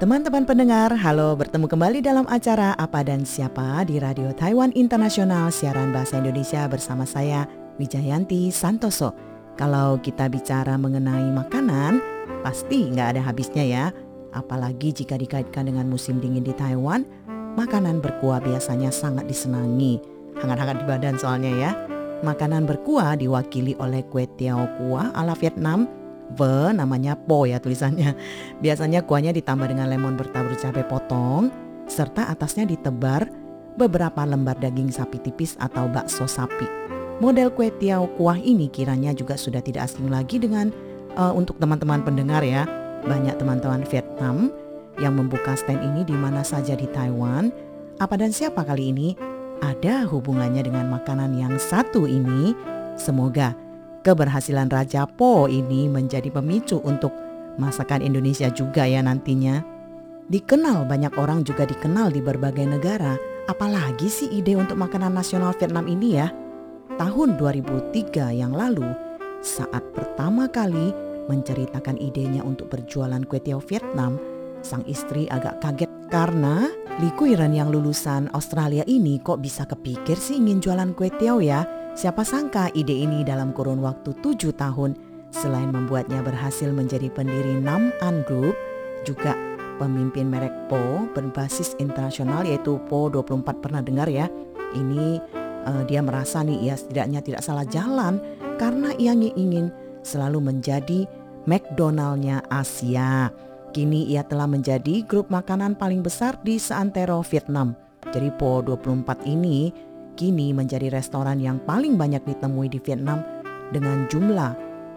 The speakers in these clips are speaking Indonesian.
Teman-teman pendengar, halo, bertemu kembali dalam acara Apa dan Siapa di Radio Taiwan Internasional, siaran bahasa Indonesia bersama saya, Wijayanti Santoso. Kalau kita bicara mengenai makanan, pasti nggak ada habisnya ya. Apalagi jika dikaitkan dengan musim dingin di Taiwan, makanan berkuah biasanya sangat disenangi. Hangat-hangat di badan soalnya ya. Makanan berkuah diwakili oleh kue tiao kuah ala Vietnam, namanya po ya tulisannya. Biasanya kuahnya ditambah dengan lemon bertabur cabai potong, serta atasnya ditebar beberapa lembar daging sapi tipis atau bakso sapi. Model kue tiao kuah ini kiranya juga sudah tidak asing lagi dengan untuk teman-teman pendengar ya. Banyak teman-teman Vietnam yang membuka stand ini di mana saja di Taiwan. Apa dan Siapa kali ini ada hubungannya dengan makanan yang satu ini. Semoga keberhasilan Raja Po ini menjadi pemicu untuk masakan Indonesia juga ya nantinya. Dikenal banyak orang, juga dikenal di berbagai negara. Apalagi sih ide untuk makanan nasional Vietnam ini ya. Tahun 2003 yang lalu, saat pertama kali menceritakan idenya untuk berjualan kue tiao Vietnam, sang istri agak kaget karena Lee Kui Ren yang lulusan Australia ini kok bisa kepikir sih ingin jualan kue tiao ya. Siapa sangka ide ini dalam kurun waktu 7 tahun, selain membuatnya berhasil menjadi pendiri Nam An Group, juga pemimpin merek Po berbasis internasional yaitu Po 24, pernah dengar ya. Ini dia merasa nih ya setidaknya tidak salah jalan karena ia ingin selalu menjadi McDonald-nya Asia. Kini ia telah menjadi grup makanan paling besar di seantero Vietnam. Jadi Po 24 ini kini menjadi restoran yang paling banyak ditemui di Vietnam dengan jumlah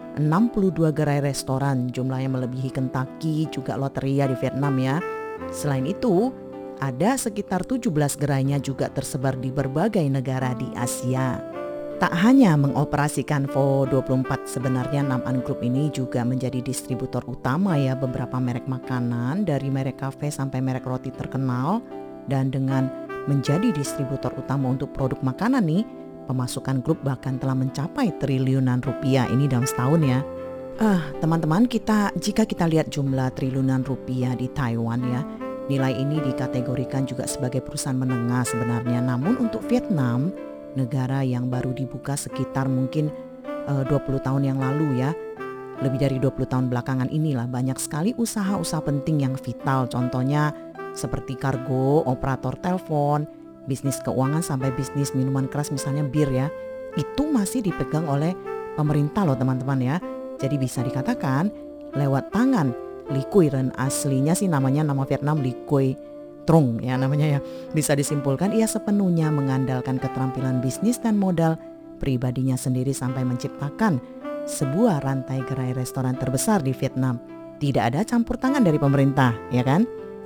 62 gerai restoran, jumlahnya melebihi Kentucky, juga Loteria di Vietnam ya. Selain itu, ada sekitar 17 gerainya juga tersebar di berbagai negara di Asia. Tak hanya mengoperasikan Po 24, sebenarnya Nam An Group ini juga menjadi distributor utama ya beberapa merek makanan, dari merek kafe sampai merek roti terkenal. Dan dengan menjadi distributor utama untuk produk makanan nih, pemasukan grup bahkan telah mencapai triliunan rupiah ini dalam setahun ya. Teman-teman, jika kita lihat jumlah triliunan rupiah di Taiwan ya, nilai ini dikategorikan juga sebagai perusahaan menengah sebenarnya. Namun untuk Vietnam, negara yang baru dibuka sekitar mungkin 20 tahun yang lalu ya, lebih dari 20 tahun belakangan inilah banyak sekali usaha-usaha penting yang vital, contohnya seperti kargo, operator telepon, bisnis keuangan sampai bisnis minuman keras misalnya bir ya. Itu masih dipegang oleh pemerintah loh teman-teman ya. Jadi bisa dikatakan lewat tangan Lee Kui Ren, aslinya sih nama Vietnam Lee Kui Trung ya namanya ya. Bisa disimpulkan ia sepenuhnya mengandalkan keterampilan bisnis dan modal pribadinya sendiri sampai menciptakan sebuah rantai gerai restoran terbesar di Vietnam. Tidak ada campur tangan dari pemerintah ya kan.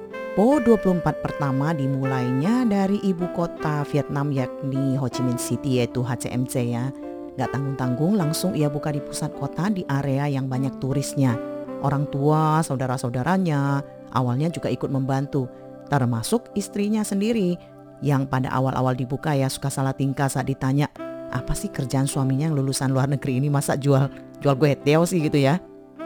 Po 24 pertama dimulainya dari ibu kota Vietnam yakni Ho Chi Minh City yaitu HCMC ya. Gak tanggung-tanggung langsung ia buka di pusat kota di area yang banyak turisnya. Orang tua, saudara-saudaranya awalnya juga ikut membantu, termasuk istrinya sendiri yang pada awal-awal dibuka ya suka salah tingkah saat ditanya apa sih kerjaan suaminya yang lulusan luar negeri ini, masa jual kue tiao sih gitu ya.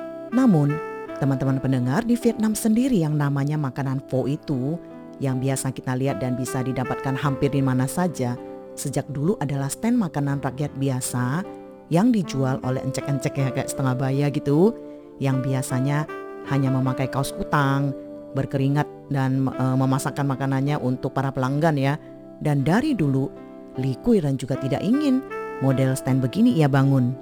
Namun teman-teman pendengar, di Vietnam sendiri yang namanya makanan pho itu yang biasa kita lihat dan bisa didapatkan hampir di mana saja, sejak dulu adalah stand makanan rakyat biasa yang dijual oleh encek-encek ya kayak setengah baya gitu, yang biasanya hanya memakai kaos kutang, berkeringat dan memasakkan makanannya untuk para pelanggan ya. Dan dari dulu Lee Kui Ren juga tidak ingin model stand begini ia bangun.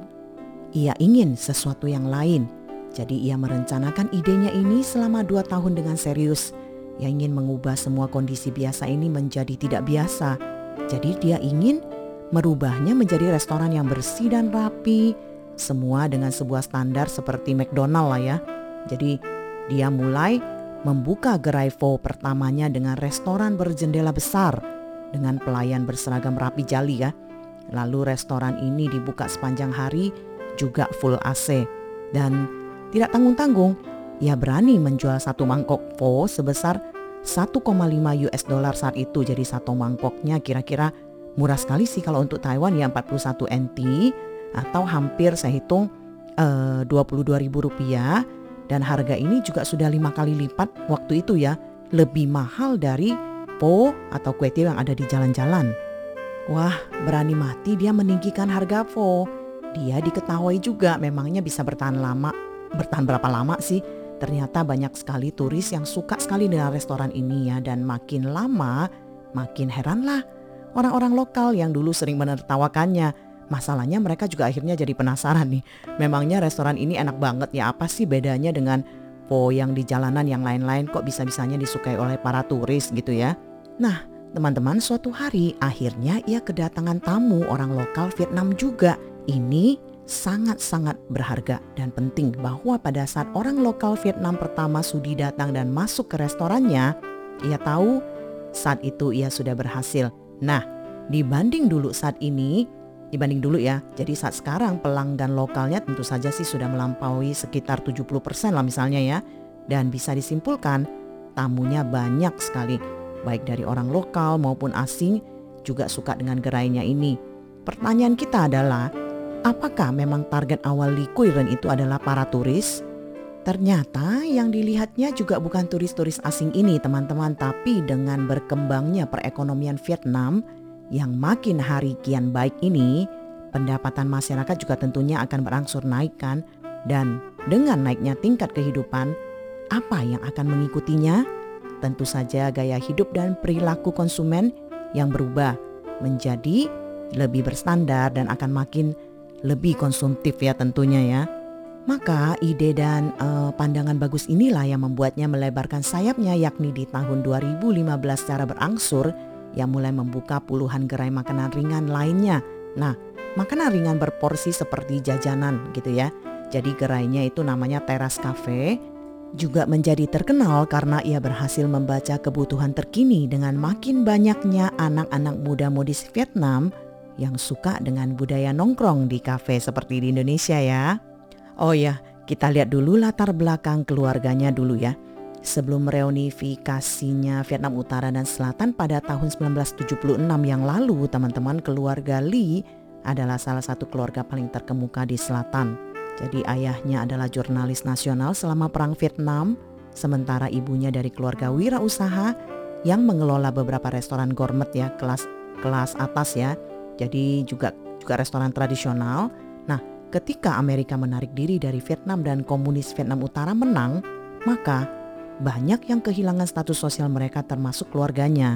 Ia ingin sesuatu yang lain. Jadi ia merencanakan idenya ini selama 2 tahun dengan serius. Ia ingin mengubah semua kondisi biasa ini menjadi tidak biasa. Jadi dia ingin merubahnya menjadi restoran yang bersih dan rapi. Semua dengan sebuah standar seperti McDonald lah ya. Jadi dia mulai membuka gerai pho pertamanya dengan restoran berjendela besar dengan pelayan berseragam rapi jali ya. Lalu restoran ini dibuka sepanjang hari juga full AC. Dan tidak tanggung-tanggung, ia berani menjual satu mangkok pho sebesar 1,5 US dollar saat itu. Jadi satu mangkoknya kira-kira murah sekali sih kalau untuk Taiwan ya, 41 NT atau hampir saya hitung 22.000 rupiah. Dan harga ini juga sudah 5 kali lipat waktu itu ya, lebih mahal dari pho atau kue tiaw yang ada di jalan-jalan. Wah, berani mati dia meninggikan harga pho. Dia diketahui juga memangnya bisa bertahan lama. Bertahan berapa lama sih? Ternyata banyak sekali turis yang suka sekali dengan restoran ini ya. Dan makin lama makin heranlah orang-orang lokal yang dulu sering menertawakannya. Masalahnya mereka juga akhirnya jadi penasaran nih. Memangnya restoran ini enak banget ya, apa sih bedanya dengan pho yang di jalanan yang lain-lain, kok bisa-bisanya disukai oleh para turis gitu ya. Nah teman-teman, suatu hari akhirnya ia kedatangan tamu orang lokal Vietnam juga. Ini sangat-sangat berharga dan penting bahwa pada saat orang lokal Vietnam pertama Sudi datang dan masuk ke restorannya, ia tahu saat itu ia sudah berhasil. Nah, dibanding dulu ya. Jadi saat sekarang pelanggan lokalnya tentu saja sih sudah melampaui sekitar 70% lah misalnya ya. Dan bisa disimpulkan tamunya banyak sekali. Baik dari orang lokal maupun asing juga suka dengan gerainya ini. Pertanyaan kita adalah, apakah memang target awal Lee Kui Ren itu adalah para turis? Ternyata yang dilihatnya juga bukan turis-turis asing ini teman-teman, tapi dengan berkembangnya perekonomian Vietnam yang makin hari kian baik ini, pendapatan masyarakat juga tentunya akan berangsur naik kan. Dan dengan naiknya tingkat kehidupan, apa yang akan mengikutinya? Tentu saja gaya hidup dan perilaku konsumen yang berubah menjadi lebih berstandar dan akan makin lebih konsumtif ya tentunya ya. Maka ide dan pandangan bagus inilah yang membuatnya melebarkan sayapnya, yakni di tahun 2015 secara berangsur yang mulai membuka puluhan gerai makanan ringan lainnya. Nah, makanan ringan berporsi seperti jajanan gitu ya. Jadi gerainya itu namanya Teras Cafe. Juga menjadi terkenal karena ia berhasil membaca kebutuhan terkini dengan makin banyaknya anak-anak muda modis Vietnam yang suka dengan budaya nongkrong di kafe seperti di Indonesia ya. Oh ya, kita lihat dulu latar belakang keluarganya dulu ya. Sebelum reunifikasinya Vietnam Utara dan Selatan pada tahun 1976 yang lalu, teman-teman, keluarga Lee adalah salah satu keluarga paling terkemuka di selatan. Jadi ayahnya adalah jurnalis nasional selama Perang Vietnam, sementara ibunya dari keluarga wirausaha yang mengelola beberapa restoran gourmet ya, kelas atas ya. Jadi juga restoran tradisional. Nah, ketika Amerika menarik diri dari Vietnam dan komunis Vietnam Utara menang, maka banyak yang kehilangan status sosial mereka termasuk keluarganya.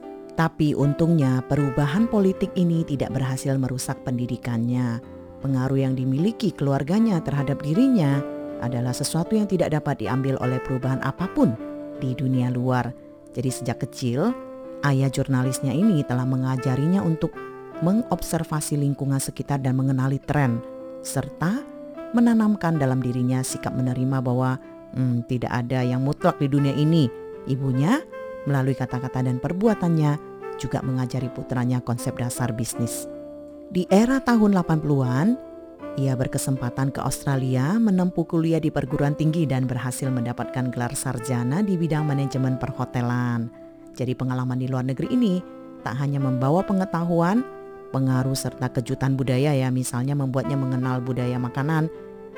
Tapi untungnya perubahan politik ini tidak berhasil merusak pendidikannya. Pengaruh yang dimiliki keluarganya terhadap dirinya adalah sesuatu yang tidak dapat diambil oleh perubahan apapun di dunia luar. Jadi sejak kecil, ayah jurnalisnya ini telah mengajarinya untuk mengobservasi lingkungan sekitar dan mengenali tren, serta menanamkan dalam dirinya sikap menerima bahwa tidak ada yang mutlak di dunia ini. Ibunya melalui kata-kata dan perbuatannya juga mengajari putranya konsep dasar bisnis. Di era tahun 80-an, ia berkesempatan ke Australia menempuh kuliah di perguruan tinggi dan berhasil mendapatkan gelar sarjana di bidang manajemen perhotelan. Jadi pengalaman di luar negeri ini tak hanya membawa pengetahuan, pengaruh serta kejutan budaya ya, misalnya membuatnya mengenal budaya makanan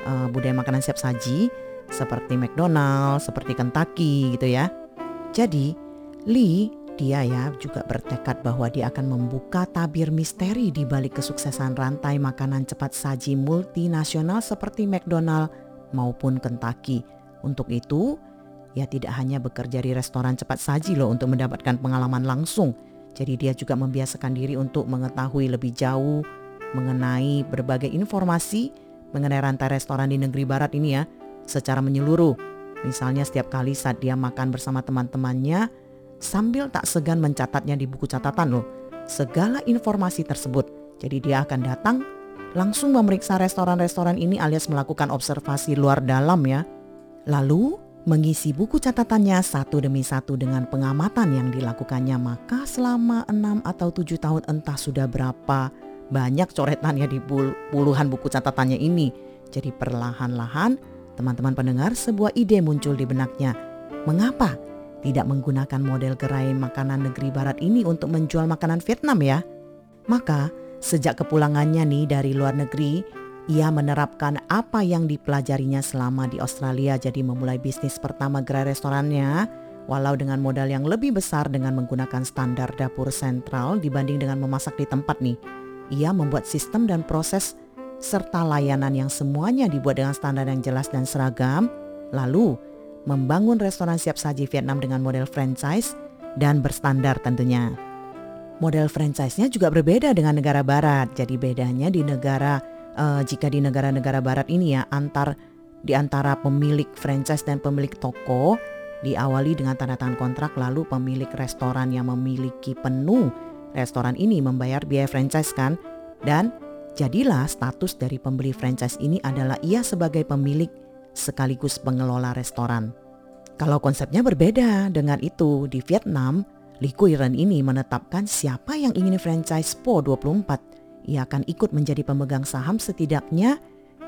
siap saji seperti McDonald's, seperti Kentucky gitu ya. Jadi Lee dia ya juga bertekad bahwa dia akan membuka tabir misteri di balik kesuksesan rantai makanan cepat saji multinasional seperti McDonald maupun Kentucky. Untuk itu, ia tidak hanya bekerja di restoran cepat saji loh untuk mendapatkan pengalaman langsung. Jadi dia juga membiasakan diri untuk mengetahui lebih jauh mengenai berbagai informasi mengenai rantai restoran di negeri barat ini ya secara menyeluruh. Misalnya setiap kali saat dia makan bersama teman-temannya, sambil tak segan mencatatnya di buku catatan loh, segala informasi tersebut. Jadi dia akan datang langsung memeriksa restoran-restoran ini alias melakukan observasi luar dalam ya. Lalu mengisi buku catatannya satu demi satu dengan pengamatan yang dilakukannya. Maka selama 6 atau 7 tahun entah sudah berapa banyak coretannya di puluhan buku catatannya ini. Jadi perlahan-lahan teman-teman pendengar sebuah ide muncul di benaknya. Mengapa tidak menggunakan model gerai makanan negeri barat ini untuk menjual makanan Vietnam ya? Maka sejak kepulangannya nih dari luar negeri, Ia menerapkan apa yang dipelajarinya selama di Australia, jadi memulai bisnis pertama gerai restorannya walau dengan modal yang lebih besar dengan menggunakan standar dapur sentral dibanding dengan memasak di tempat nih. Ia membuat sistem dan proses serta layanan yang semuanya dibuat dengan standar yang jelas dan seragam, lalu membangun restoran siap saji Vietnam dengan model franchise dan berstandar tentunya. Model franchise-nya juga berbeda dengan negara barat, jadi bedanya jika di negara-negara barat ini ya di antara pemilik franchise dan pemilik toko diawali dengan tanda tangan kontrak, lalu pemilik restoran yang memiliki penuh restoran ini membayar biaya franchise kan, dan jadilah status dari pembeli franchise ini adalah ia sebagai pemilik sekaligus pengelola restoran. Kalau konsepnya berbeda dengan itu di Vietnam, Lee Quy Ren ini menetapkan siapa yang ingin franchise Po 24 ia akan ikut menjadi pemegang saham, setidaknya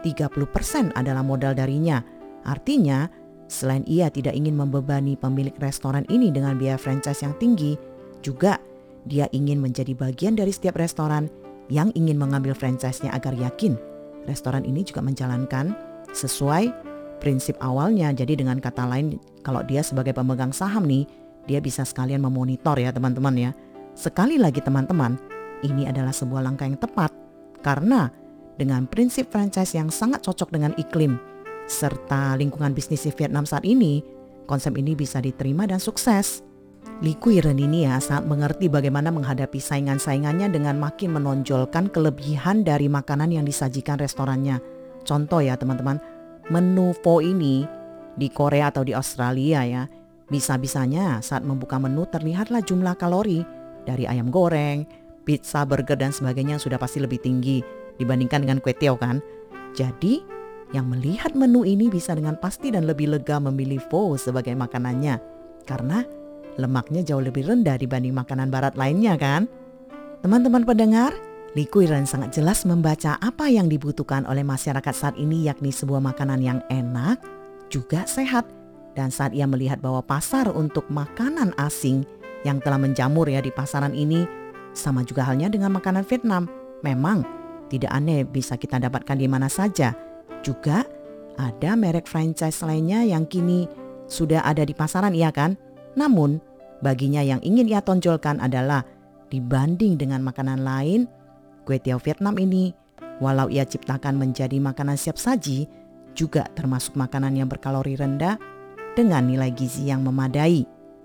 30% adalah modal darinya. Artinya, selain ia tidak ingin membebani pemilik restoran ini dengan biaya franchise yang tinggi, juga dia ingin menjadi bagian dari setiap restoran yang ingin mengambil franchise-nya agar yakin restoran ini juga menjalankan sesuai prinsip awalnya. Jadi dengan kata lain, kalau dia sebagai pemegang saham nih, dia bisa sekalian memonitor ya teman-teman ya. Sekali lagi teman-teman, ini adalah sebuah langkah yang tepat karena dengan prinsip franchise yang sangat cocok dengan iklim serta lingkungan bisnis di Vietnam saat ini, konsep ini bisa diterima dan sukses. Lee Quy Ren ini ya sangat mengerti bagaimana menghadapi saingan-saingannya dengan makin menonjolkan kelebihan dari makanan yang disajikan restorannya. Contoh ya teman-teman, menu pho ini di Korea atau di Australia ya, bisa-bisanya saat membuka menu terlihatlah jumlah kalori dari ayam goreng, pizza, burger dan sebagainya yang sudah pasti lebih tinggi dibandingkan dengan kue tiaw kan. Jadi yang melihat menu ini bisa dengan pasti dan lebih lega memilih pho sebagai makanannya karena lemaknya jauh lebih rendah dibanding makanan barat lainnya kan. Teman-teman pendengar, Lee Quy Ren sangat jelas membaca apa yang dibutuhkan oleh masyarakat saat ini, yakni sebuah makanan yang enak juga sehat. Dan saat ia melihat bahwa pasar untuk makanan asing yang telah menjamur ya di pasaran ini, sama juga halnya dengan makanan Vietnam, memang tidak aneh bisa kita dapatkan di mana saja. Juga ada merek franchise lainnya yang kini sudah ada di pasaran, iya kan? Namun baginya yang ingin ia tonjolkan adalah dibanding dengan makanan lain, kue tiaw Vietnam ini walau ia ciptakan menjadi makanan siap saji, juga termasuk makanan yang berkalori rendah dengan nilai gizi yang memadai.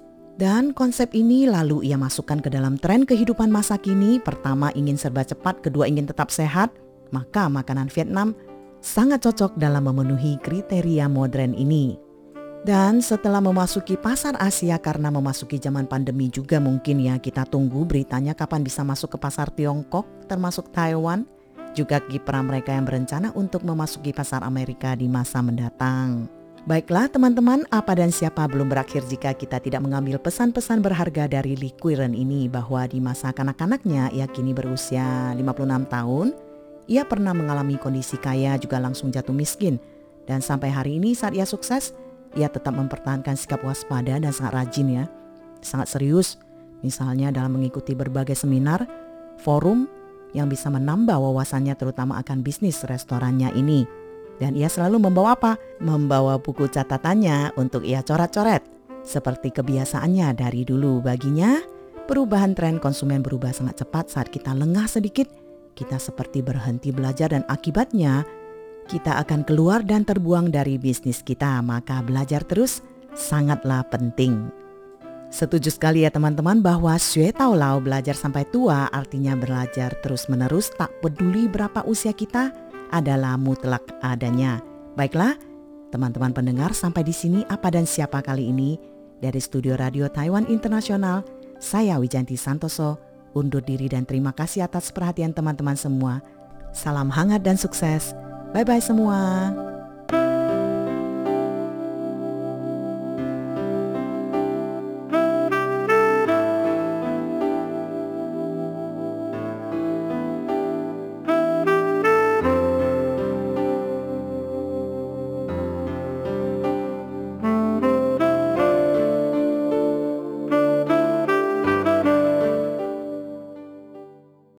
Dan konsep ini lalu ia masukkan ke dalam tren kehidupan masa kini. Pertama ingin serba cepat, kedua ingin tetap sehat. Maka makanan Vietnam sangat cocok dalam memenuhi kriteria modern ini. Dan setelah memasuki pasar Asia karena memasuki zaman pandemi juga mungkin ya, kita tunggu beritanya kapan bisa masuk ke pasar Tiongkok termasuk Taiwan. Juga kiprah mereka yang berencana untuk memasuki pasar Amerika di masa mendatang. Baiklah teman-teman, apa dan siapa belum berakhir jika kita tidak mengambil pesan-pesan berharga dari Lee Quy Ren ini, bahwa di masa kanak-kanaknya ia kini berusia 56 tahun. Ia pernah mengalami kondisi kaya juga langsung jatuh miskin. Dan sampai hari ini saat ia sukses, ia tetap mempertahankan sikap waspada dan sangat rajin ya. Sangat serius, misalnya dalam mengikuti berbagai seminar, forum yang bisa menambah wawasannya terutama akan bisnis restorannya ini. Dan ia selalu membawa apa? Membawa buku catatannya untuk ia coret-coret. Seperti kebiasaannya dari dulu baginya, perubahan tren konsumen berubah sangat cepat. Saat kita lengah sedikit, kita seperti berhenti belajar dan akibatnya kita akan keluar dan terbuang dari bisnis kita. Maka belajar terus sangatlah penting. Setuju sekali ya teman-teman bahwa Xue Tao Lao, belajar sampai tua, artinya belajar terus-menerus tak peduli berapa usia kita, adalah mutlak adanya. Baiklah, teman-teman pendengar, sampai di sini apa dan siapa kali ini dari studio Radio Taiwan Internasional. Saya Wijayanti Santoso undur diri dan terima kasih atas perhatian teman-teman semua. Salam hangat dan sukses. Bye-bye semua.